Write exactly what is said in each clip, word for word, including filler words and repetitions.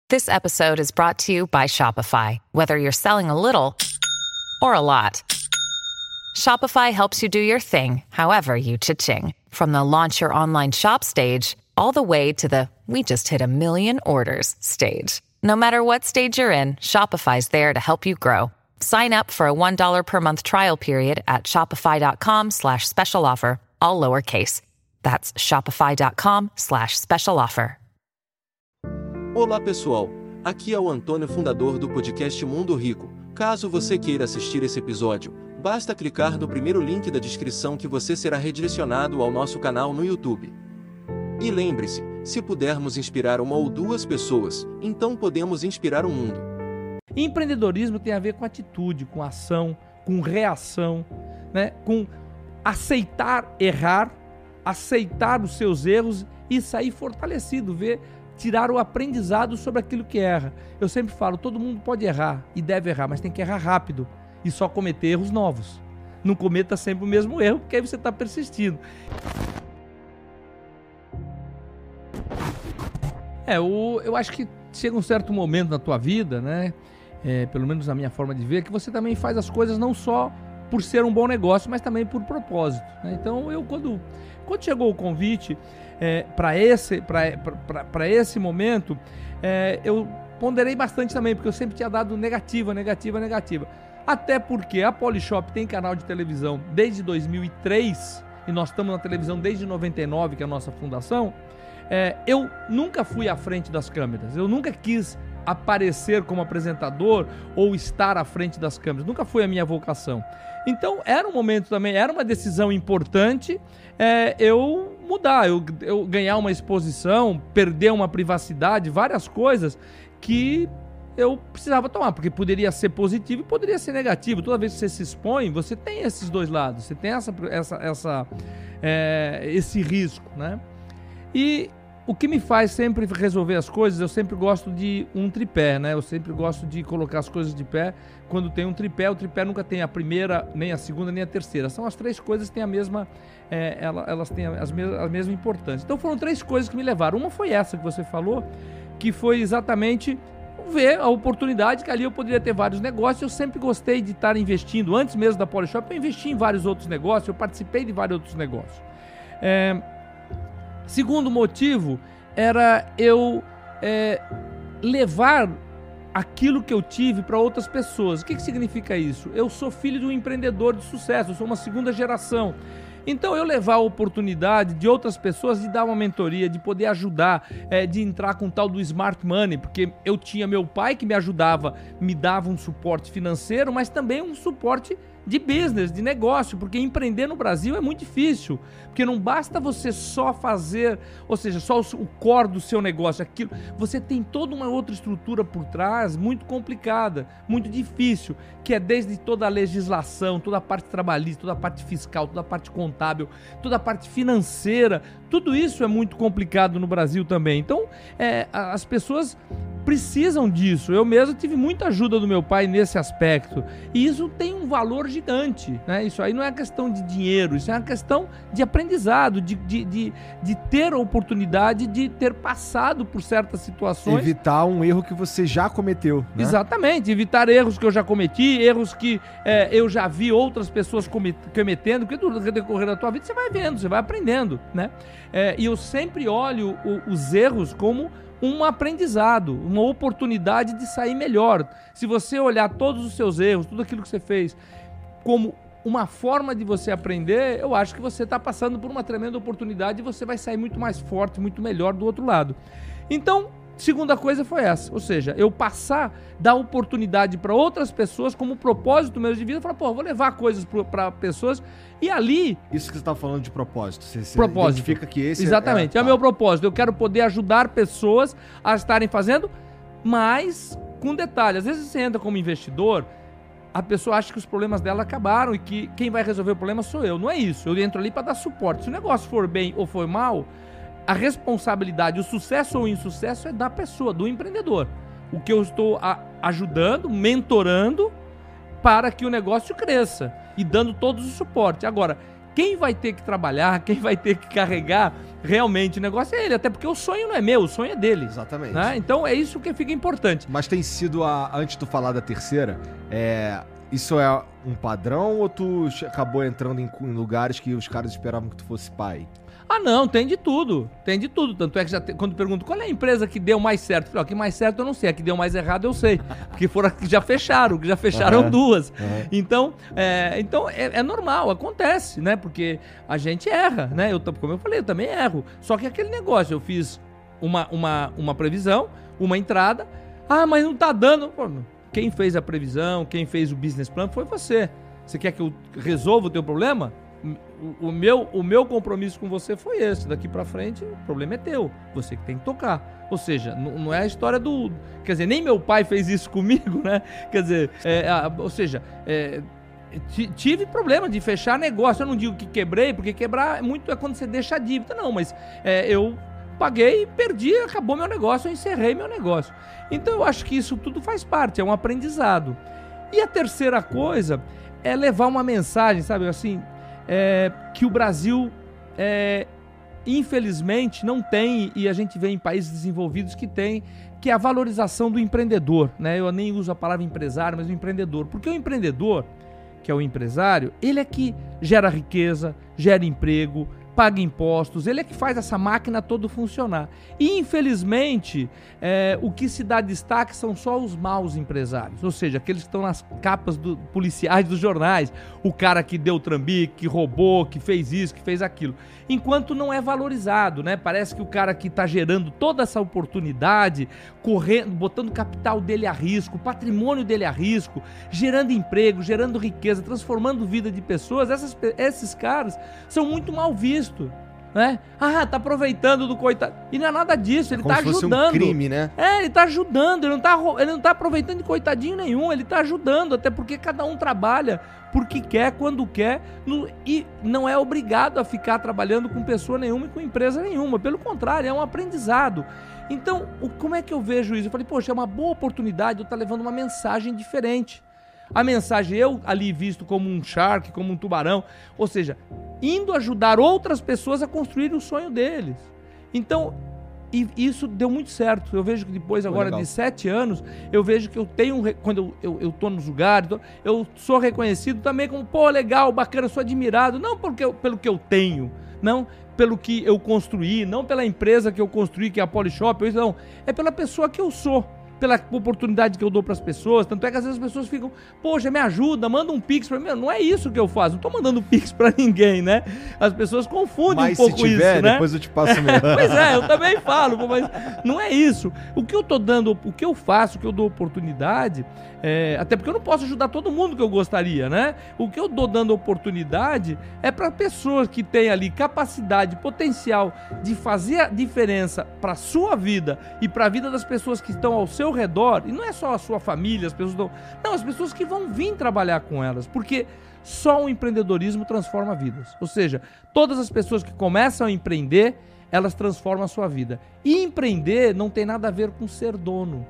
This episode is brought to you by Shopify. Whether you're selling a little or a lot, Shopify helps you do your thing, however you cha-ching. From the launch your online shop stage, all the way to the we just hit a million orders stage. No matter what stage you're in, Shopify's there to help you grow. Sign up for a one dollar per month trial period at shopify.com slash special offer, all lowercase. That's shopify.com slash special offer. Olá pessoal, aqui é o Antônio, fundador do podcast Mundo Rico. Caso você queira assistir esse episódio, basta clicar no primeiro link da descrição que você será redirecionado ao nosso canal no YouTube. E lembre-se, se pudermos inspirar uma ou duas pessoas, então podemos inspirar o mundo. Empreendedorismo tem a ver com atitude, com ação, com reação, né? Com aceitar errar, aceitar os seus erros e sair fortalecido, ver, tirar o aprendizado sobre aquilo que erra. Eu sempre falo, todo mundo pode errar e deve errar, mas tem que errar rápido e só cometer erros novos. Não cometa sempre o mesmo erro, porque aí você está persistindo. É, o, eu acho que chega um certo momento na tua vida, né? É, pelo menos na minha forma de ver, que você também faz as coisas não só por ser um bom negócio, mas também por propósito, né? Então, eu quando, quando chegou o convite é, para esse, esse momento, é, eu ponderei bastante também, porque eu sempre tinha dado negativa, negativa, negativa. Até porque a Polishop tem canal de televisão desde dois mil e três, e nós estamos na televisão desde noventa e nove, que é a nossa fundação. É, eu nunca fui à frente das câmeras, eu nunca quis aparecer como apresentador ou estar à frente das câmeras, nunca foi a minha vocação. Então era um momento também, era uma decisão importante é, eu mudar, eu, eu ganhar uma exposição, perder uma privacidade, várias coisas que eu precisava tomar, porque poderia ser positivo e poderia ser negativo. Toda vez que você se expõe, você tem esses dois lados, você tem essa, essa, essa, é, esse risco, né? E o que me faz sempre resolver as coisas, eu sempre gosto de um tripé, né? Eu sempre gosto de colocar as coisas de pé. Quando tem um tripé, o tripé nunca tem a primeira, nem a segunda, nem a terceira. São as três coisas que têm a mesma, é, elas têm as mesmas, a mesma importância. Então foram três coisas que me levaram. Uma foi essa que você falou, que foi exatamente ver a oportunidade que ali eu poderia ter vários negócios. Eu sempre gostei de estar investindo. Antes mesmo da Polishop, eu investi em vários outros negócios, eu participei de vários outros negócios. É... Segundo motivo era eu é, levar aquilo que eu tive para outras pessoas. O que, que significa isso? Eu sou filho de um empreendedor de sucesso, eu sou uma segunda geração. Então eu levar a oportunidade de outras pessoas de dar uma mentoria, de poder ajudar, é, de entrar com o tal do Smart Money, porque eu tinha meu pai que me ajudava, me dava um suporte financeiro, mas também um suporte de business, de negócio, porque empreender no Brasil é muito difícil, porque não basta você só fazer, ou seja, só o core do seu negócio, aquilo, você tem toda uma outra estrutura por trás, muito complicada, muito difícil, que é desde toda a legislação, toda a parte trabalhista, toda a parte fiscal, toda a parte contábil, toda a parte financeira, tudo isso é muito complicado no Brasil também. Então, é, as pessoas precisam disso. Eu mesmo tive muita ajuda do meu pai nesse aspecto. E isso tem um valor gigante, né? Isso aí não é questão de dinheiro, isso é uma questão de aprendizado, de, de, de, de ter a oportunidade de ter passado por certas situações. Evitar um erro que você já cometeu, né? Exatamente, evitar erros que eu já cometi, erros que é, eu já vi outras pessoas cometendo, porque no decorrer da tua vida você vai vendo, você vai aprendendo, né? É, e eu sempre olho o, os erros como um aprendizado, uma oportunidade de sair melhor. Se você olhar todos os seus erros, tudo aquilo que você fez como uma forma de você aprender, eu acho que você está passando por uma tremenda oportunidade e você vai sair muito mais forte, muito melhor do outro lado. Então, segunda coisa foi essa, ou seja, eu passar, dar oportunidade para outras pessoas como propósito mesmo de vida, falar, pô, vou levar coisas para pessoas e ali... Isso que você está falando de propósito, você, você propósito. identifica que esse Exatamente, é, é o meu propósito, eu quero poder ajudar pessoas a estarem fazendo, mas com detalhe, às vezes você entra como investidor, a pessoa acha que os problemas dela acabaram e que quem vai resolver o problema sou eu, não é isso, eu entro ali para dar suporte, se o negócio for bem ou for mal, a responsabilidade, o sucesso ou o insucesso é da pessoa, do empreendedor. O que eu estou a, ajudando, mentorando para que o negócio cresça e dando todos o suporte. Agora, quem vai ter que trabalhar, quem vai ter que carregar realmente o negócio é ele, até porque o sonho não é meu, o sonho é dele. Exatamente. Né? Então é isso que fica importante. Mas tem sido, a, antes de tu falar da terceira, é, isso é um padrão ou tu acabou entrando em, em lugares que os caras esperavam que tu fosse pai? Ah, não, tem de tudo, tem de tudo. Tanto é que já te, quando pergunto qual é a empresa que deu mais certo, eu falei, ó, que mais certo eu não sei, a que deu mais errado eu sei, porque foram que já fecharam, que já fecharam uhum. duas. Uhum. Então, é, então é, é normal, acontece, né? Porque a gente erra, né? Eu, como eu falei, eu também erro. Só que aquele negócio, eu fiz uma, uma, uma previsão, uma entrada, ah, mas não tá dando. Pô, quem fez a previsão, quem fez o business plan foi você. Você quer que eu resolva o teu problema? O, o, meu, o meu compromisso com você foi esse. Daqui pra frente, o problema é teu. Você que tem que tocar. Ou seja, não, não é a história do... Quer dizer, nem meu pai fez isso comigo, né? Quer dizer, é, a, ou seja, é, tive problema de fechar negócio. Eu não digo que quebrei, porque quebrar muito é quando você deixa a dívida. Não, mas é, eu paguei, perdi, acabou meu negócio, eu encerrei meu negócio. Então eu acho que isso tudo faz parte, é um aprendizado. E a terceira coisa é levar uma mensagem, sabe, assim... É, que o Brasil, é, infelizmente, não tem, e a gente vê em países desenvolvidos que tem, que é a valorização do empreendedor, né? Eu nem uso a palavra empresário, mas o empreendedor. Porque o empreendedor, que é o empresário, ele é que gera riqueza, gera emprego, paga impostos, ele é que faz essa máquina toda funcionar. E, infelizmente, é, o que se dá destaque são só os maus empresários, ou seja, aqueles que estão nas capas do, policiais dos jornais, o cara que deu trambique, que roubou, que fez isso, que fez aquilo, enquanto não é valorizado, né? Parece que o cara que está gerando toda essa oportunidade, correndo, botando o capital dele a risco, o patrimônio dele a risco, gerando emprego, gerando riqueza, transformando vida de pessoas, essas, esses caras são muito mal vistos. Né? Ah, tá aproveitando do coitado. E não é nada disso, ele é como tá se fosse ajudando. Um crime, né? É, ele tá ajudando, ele não tá, ele não tá aproveitando de coitadinho nenhum, ele tá ajudando, até porque cada um trabalha porque quer, quando quer, no, e não é obrigado a ficar trabalhando com pessoa nenhuma e com empresa nenhuma. Pelo contrário, é um aprendizado. Então, o, como é que eu vejo isso? Eu falei, poxa, é uma boa oportunidade de eu estar levando uma mensagem diferente. A mensagem, eu ali visto como um shark, como um tubarão, ou seja, indo ajudar outras pessoas a construir o sonho deles. Então, e isso deu muito certo. Eu vejo que depois agora de sete anos, eu vejo que eu tenho, quando eu, eu, eu tô nos lugares, eu sou reconhecido também como, pô, legal, bacana, sou admirado, não porque eu, pelo que eu tenho, não pelo que eu construí, não pela empresa que eu construí, que é a Polishop, não, é pela pessoa que eu sou. Pela oportunidade que eu dou para as pessoas, tanto é que às vezes as pessoas ficam, poxa, me ajuda, manda um pix para mim. Não é isso que eu faço, não tô mandando pix para ninguém, né? As pessoas confundem mas um pouco se tiver, isso, né? Depois eu te passo mesmo. Pois é, eu também falo, mas não é isso. O que eu tô dando, o que eu faço, o que eu dou oportunidade, é, até porque eu não posso ajudar todo mundo que eu gostaria, né? O que eu dou dando oportunidade é para pessoas que têm ali capacidade, potencial de fazer a diferença para a sua vida e para a vida das pessoas que estão ao seu redor, e não é só a sua família, as pessoas não, não, as pessoas que vão vir trabalhar com elas, porque só o empreendedorismo transforma vidas, ou seja, todas as pessoas que começam a empreender, elas transformam a sua vida, e empreender não tem nada a ver com ser dono,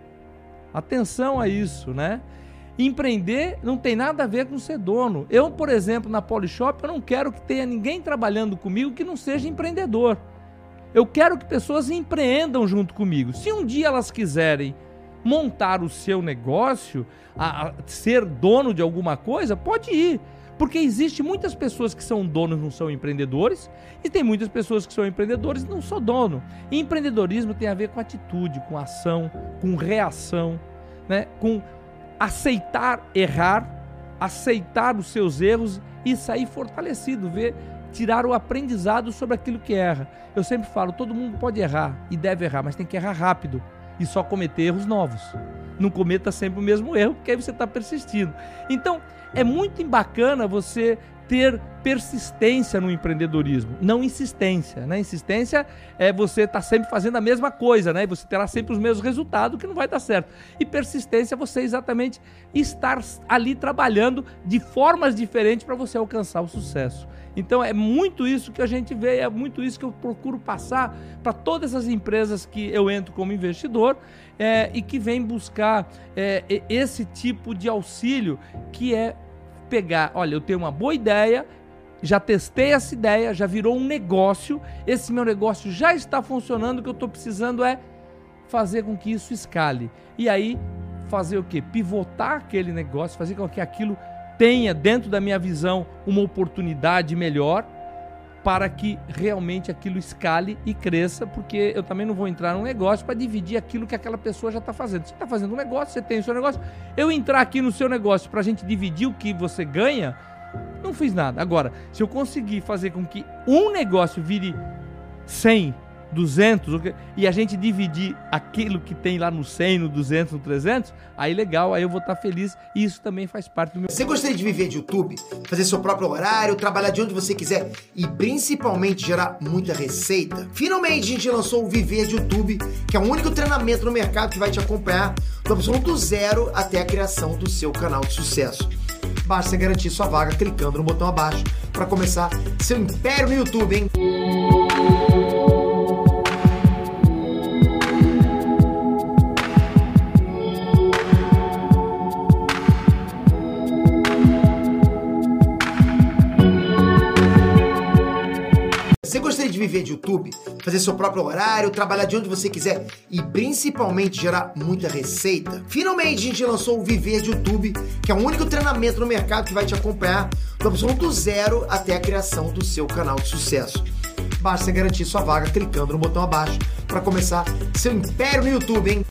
atenção a isso, né? Empreender não tem nada a ver com ser dono. Eu, por exemplo, na Polishop, eu não quero que tenha ninguém trabalhando comigo que não seja empreendedor. Eu quero que pessoas empreendam junto comigo. Se um dia elas quiserem montar o seu negócio, a, a ser dono de alguma coisa, pode ir. Porque existe muitas pessoas que são donos e não são empreendedores, e tem muitas pessoas que são empreendedores e não são dono. E empreendedorismo tem a ver com atitude, com ação, com reação, né? Com aceitar errar, aceitar os seus erros e sair fortalecido, ver... tirar o aprendizado sobre aquilo que erra. Eu sempre falo, todo mundo pode errar e deve errar, mas tem que errar rápido e só cometer erros novos. Não cometa sempre o mesmo erro, porque aí você está persistindo. Então, é muito bacana você ter persistência no empreendedorismo, não insistência, né? Insistência é você estar tá sempre fazendo a mesma coisa, né? E você terá sempre os mesmos resultados, que não vai dar certo. E persistência é você exatamente estar ali trabalhando de formas diferentes para você alcançar o sucesso. Então é muito isso que a gente vê, é muito isso que eu procuro passar para todas as empresas que eu entro como investidor é, e que vêm buscar é, esse tipo de auxílio, que é pegar, olha, eu tenho uma boa ideia, já testei essa ideia, já virou um negócio, esse meu negócio já está funcionando, o que eu estou precisando é fazer com que isso escale. E aí, fazer o quê? Pivotar aquele negócio, fazer com que aquilo tenha, dentro da minha visão, uma oportunidade melhor para que realmente aquilo escale e cresça, porque eu também não vou entrar num negócio para dividir aquilo que aquela pessoa já está fazendo. Você está fazendo um negócio, você tem o seu negócio, eu entrar aqui no seu negócio para a gente dividir o que você ganha, não fiz nada. Agora, se eu conseguir fazer com que um negócio vire cem, duzentos, e a gente dividir aquilo que tem lá no cem, no duzentos, no trezentos, aí legal, aí eu vou estar feliz, e isso também faz parte do meu... Você gostaria de viver de YouTube? Fazer seu próprio horário, trabalhar de onde você quiser e principalmente gerar muita receita? Finalmente a gente lançou o Viver de YouTube, que é o único treinamento no mercado que vai te acompanhar do absoluto zero até a criação do seu canal de sucesso. Basta você garantir sua vaga clicando no botão abaixo para começar seu império no YouTube, hein? Você gostaria de viver de YouTube? Fazer seu próprio horário, trabalhar de onde você quiser e principalmente gerar muita receita? Finalmente a gente lançou o Viver de YouTube, que é o único treinamento no mercado que vai te acompanhar do absoluto zero até a criação do seu canal de sucesso. Basta você garantir sua vaga clicando no botão abaixo para começar seu império no YouTube, hein?